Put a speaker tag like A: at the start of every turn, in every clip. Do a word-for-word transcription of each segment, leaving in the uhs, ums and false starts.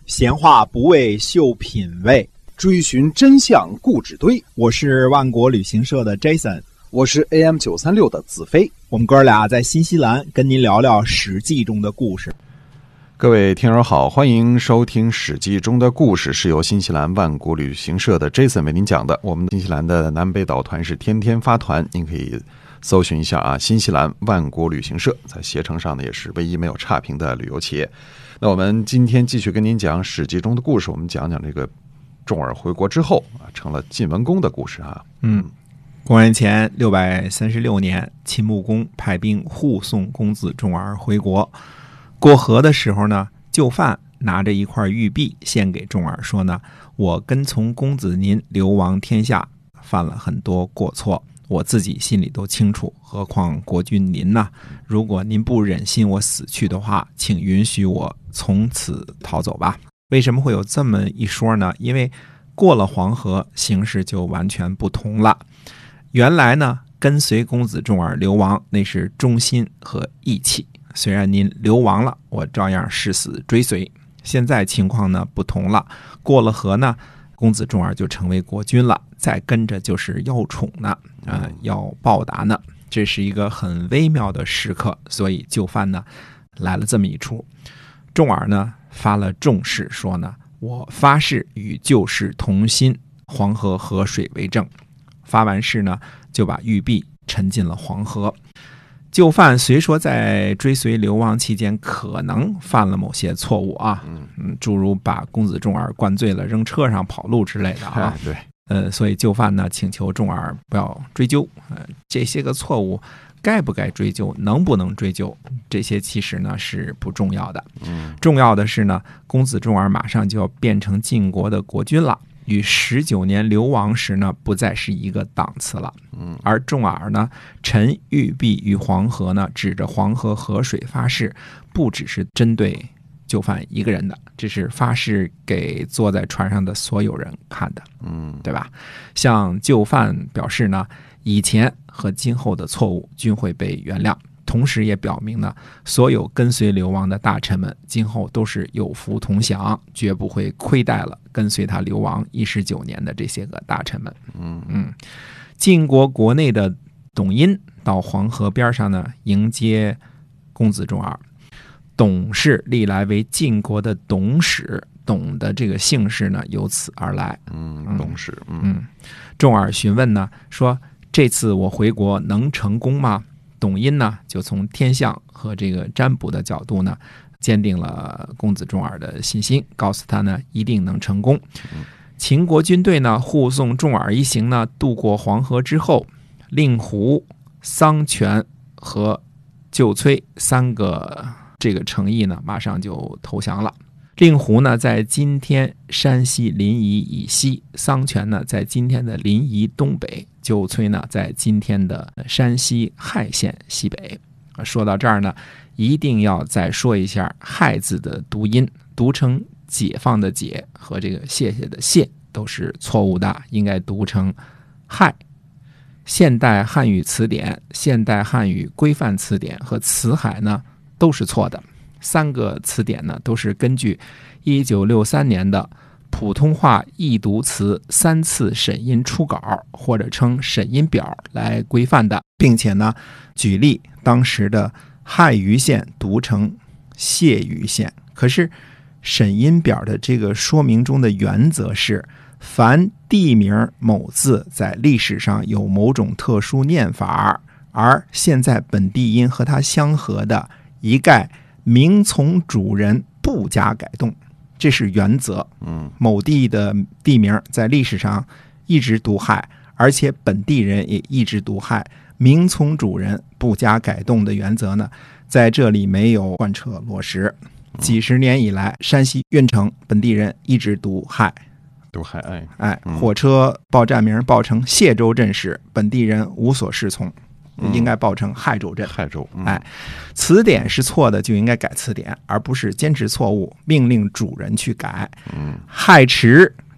A: 闲话不为秀品味，
B: 追寻真相故纸堆。
A: 我是万国旅行社的 Jason，
B: 我是 A M 九三六 的子飞。
A: 我们哥俩在新西兰跟您聊聊《史记》中的故事。
C: 各位听友好，欢迎收听《史记》中的故事，是由新西兰万国旅行社的 Jason 为您讲的。我们新西兰的南北岛团是天天发团，您可以搜寻一下啊，新西兰万国旅行社在携程上呢也是唯一没有差评的旅游企业。那我们今天继续跟您讲《史记》中的故事，我们讲讲这个重耳回国之后啊，成了晋文公的故事啊。
A: 嗯，公元前六百三十六年，秦穆公派兵护送公子重耳回国。过河的时候呢，就范拿着一块玉璧献给重耳，说呢：“我跟从公子您流亡天下，犯了很多过错，我自己心里都清楚，何况国君您呢？如果您不忍心我死去的话，请允许我从此逃走吧。”为什么会有这么一说呢？因为过了黄河，形势就完全不同了。原来呢，跟随公子重耳流亡，那是忠心和义气。虽然您流亡了，我照样誓死追随。现在情况呢不同了，过了河呢，公子重耳就成为国君了，再跟着就是要宠呢，啊、呃，要报答呢。这是一个很微妙的时刻，所以就范呢来了这么一出。重耳呢发了重誓，说呢：“我发誓与旧事同心，黄河河水为证。”发完誓呢，就把玉璧沉进了黄河。就范虽说在追随流亡期间可能犯了某些错误啊，嗯，诸如把公子重耳灌醉了扔车上跑路之类的啊，
C: 对，
A: 呃，所以就范呢请求重耳不要追究，呃，这些个错误该不该追究，能不能追究，这些其实呢是不重要的，嗯，重要的是呢，公子重耳马上就要变成晋国的国君了。与十九年流亡时呢，不再是一个档次了。嗯，而重耳呢，沉玉璧于黄河呢，指着黄河河水发誓，不只是针对就范一个人的，这是发誓给坐在船上的所有人看的。嗯，对吧？向就范表示呢，以前和今后的错误均会被原谅。同时也表明呢，所有跟随流亡的大臣们今后都是有福同享，绝不会亏待了跟随他流亡一十九年的这些个大臣们。嗯嗯，晋国国内的董殷到黄河边上呢迎接公子重耳。董氏历来为晋国的董使，董的这个姓氏呢由此而来。
C: 嗯，董使。嗯，
A: 嗯重耳询问呢说：“这次我回国能成功吗？”董殷呢，就从天象和这个占卜的角度呢，坚定了公子重耳的信心，告诉他呢，一定能成功。秦国军队呢，护送重耳一行呢，渡过黄河之后，令狐、桑泉和旧崔三个这个城邑呢，马上就投降了。令狐呢，在今天山西临沂以西；桑泉呢，在今天的临沂东北；旧崔呢，在今天的山西亥县西北。说到这儿呢，一定要再说一下亥字的读音，读成解放的解和这个谢谢的谢都是错误的，应该读成亥。现代汉语词典、现代汉语规范词典和词海呢都是错的。三个词典呢，都是根据一九六三年的普通话易读词三次审音初稿或者称审音表来规范的，并且呢，举例当时的亥余县读成谢余县。可是审音表的这个说明中的原则是，凡地名某字在历史上有某种特殊念法，而现在本地音和它相合的，一概名从主人，不加改动，这是原则。嗯，某地的地名在历史上一直读亥，而且本地人也一直读亥，名从主人，不加改动的原则呢，在这里没有贯彻落实。几十年以来，山西运城本地人一直读亥，
C: 读亥，哎，
A: 哎，火车报站名报成谢州镇时，本地人无所适从。应该报成亥州镇。
C: 亥州，嗯、
A: 哎，词典是错的，就应该改词典，而不是坚持错误，命令主人去改。嗯，亥池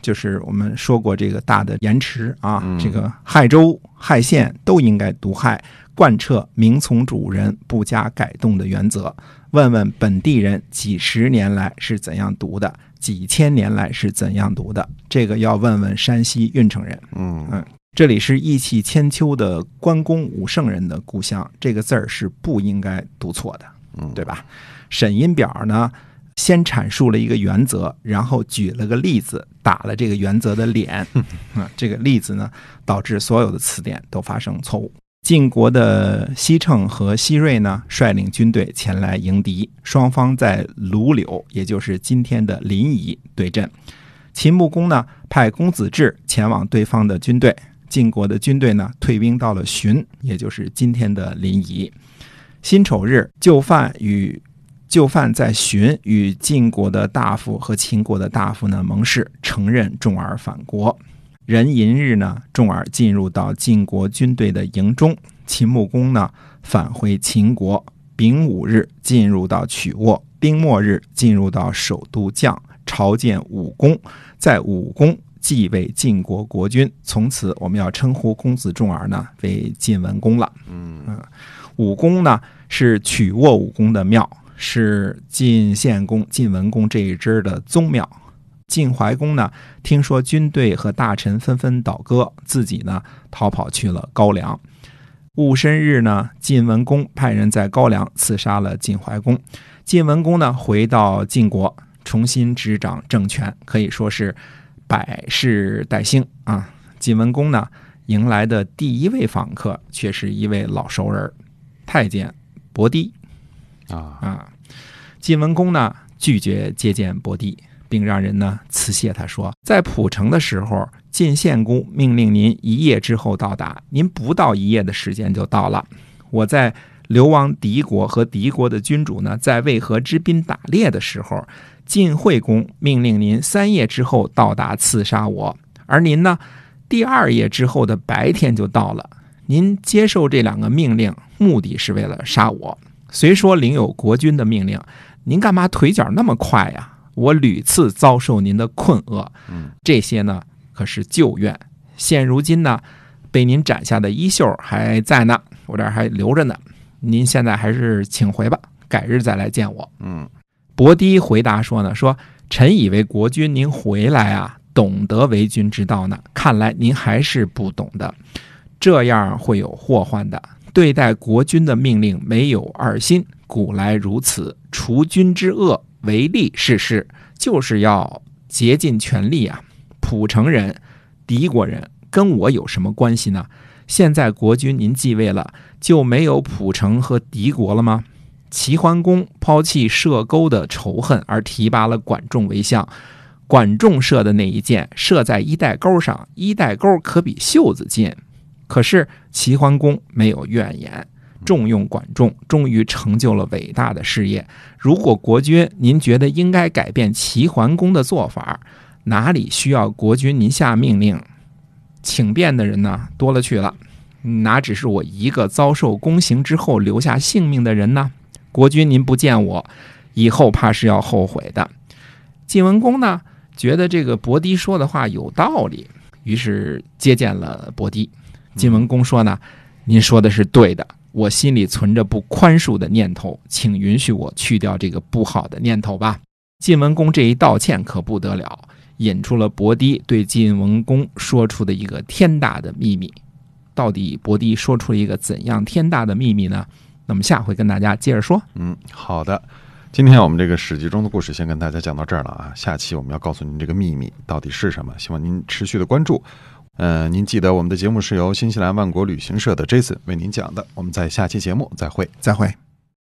A: 就是我们说过这个大的盐池啊，
C: 嗯、
A: 这个害州、害县都应该毒害，贯彻名从主人不加改动的原则。问问本地人几十年来是怎样读的，几千年来是怎样读的，这个要问问山西运城人。
C: 嗯
A: 嗯，这里是义气千秋的关公武圣人的故乡，这个字儿是不应该读错的，对吧？沈音表呢，先阐述了一个原则，然后举了个例子，打了这个原则的脸。啊，这个例子呢，导致所有的词典都发生错误。晋国的西称和西瑞呢，率领军队前来迎敌，双方在卢柳，也就是今天的临沂对阵。秦穆公呢，派公子至前往对方的军队，晋国的军队呢，退兵到了浔，也就是今天的临沂。辛丑日，就范与就范在浔与晋国的大夫和秦国的大夫呢盟誓，承认重耳返国。壬寅日呢，重耳进入到晋国军队的营中，秦穆公呢返回秦国。丙午日进入到曲沃，丁末日进入到首都绛，朝见武公，在武公继位晋国国君。从此我们要称呼公子重耳呢为晋文公了。
C: 嗯，
A: 武公呢是曲沃武公的庙，是晋献公、晋文公这一支的宗庙。晋怀公呢，听说军队和大臣纷纷倒戈，自己呢逃跑去了高梁。戊申日呢，晋文公派人在高梁刺杀了晋怀公。晋文公呢回到晋国，重新执掌政权，可以说是百世待兴啊。晋文公呢迎来的第一位访客却是一位老熟人，太监伯堤
C: 啊
A: 啊。晋文公呢拒绝接见伯堤，并让人呢辞谢他说，在蒲城的时候，晋献公命令您一夜之后到达，您不到一夜的时间就到了。我在流亡敌国和敌国的君主呢在渭河之滨打猎的时候，晋惠公命令您三夜之后到达刺杀我，而您呢第二夜之后的白天就到了。您接受这两个命令，目的是为了杀我。虽说领有国君的命令，您干嘛腿脚那么快呀？我屡次遭受您的困厄，这些呢可是旧怨，现如今呢被您斩下的衣袖还在呢，我这儿还留着呢，您现在还是请回吧，改日再来见我。
C: 嗯，
A: 伯堤回答说呢，说臣以为国君您回来啊，懂得为君之道呢，看来您还是不懂的，这样会有祸患的。对待国君的命令没有二心，古来如此，除君之恶，唯利是事，就是要竭尽全力啊！蒲城人、敌国人跟我有什么关系呢？现在国君您继位了，就没有蒲城和敌国了吗？齐桓公抛弃射钩的仇恨，而提拔了管仲为相。管仲射的那一箭射在衣带钩上，衣带钩可比袖子近。可是齐桓公没有怨言，重用管仲，终于成就了伟大的事业。如果国君您觉得应该改变齐桓公的做法，哪里需要国君您下命令？请便的人呢多了去了，哪只是我一个遭受宫刑之后留下性命的人呢？国君您不见我，以后怕是要后悔的。晋文公呢觉得这个伯堤说的话有道理，于是接见了伯堤。晋文公说呢，您说的是对的，我心里存着不宽恕的念头，请允许我去掉这个不好的念头吧。晋文公这一道歉可不得了，引出了伯堤对晋文公说出的一个天大的秘密。到底伯堤说出了一个怎样天大的秘密呢？那么下回跟大家接着说。
C: 嗯，好的。今天我们这个史记中的故事先跟大家讲到这儿了啊，下期我们要告诉您这个秘密到底是什么，希望您持续的关注。呃，您记得我们的节目是由新西兰万国旅行社的 Jason 为您讲的，我们在下期节目再会。
A: 再会。